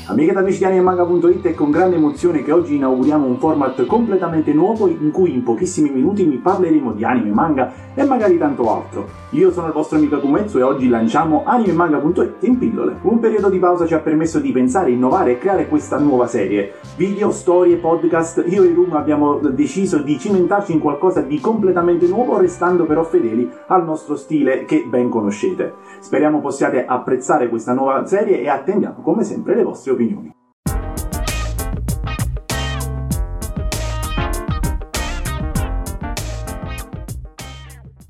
Amiche ed amici di animemanga.it, è con grande emozione che oggi inauguriamo un format completamente nuovo in cui in pochissimi minuti vi parleremo di anime, manga e magari tanto altro. Io sono il vostro amico Kumezzo e oggi lanciamo animemanga.it in pillole. Un periodo di pausa ci ha permesso di pensare, innovare e creare questa nuova serie. Video, storie, podcast, io e Rum abbiamo deciso di cimentarci in qualcosa di completamente nuovo, restando però fedeli al nostro stile che ben conoscete. Speriamo possiate apprezzare questa nuova serie e attendiamo come sempre le vostre opinioni.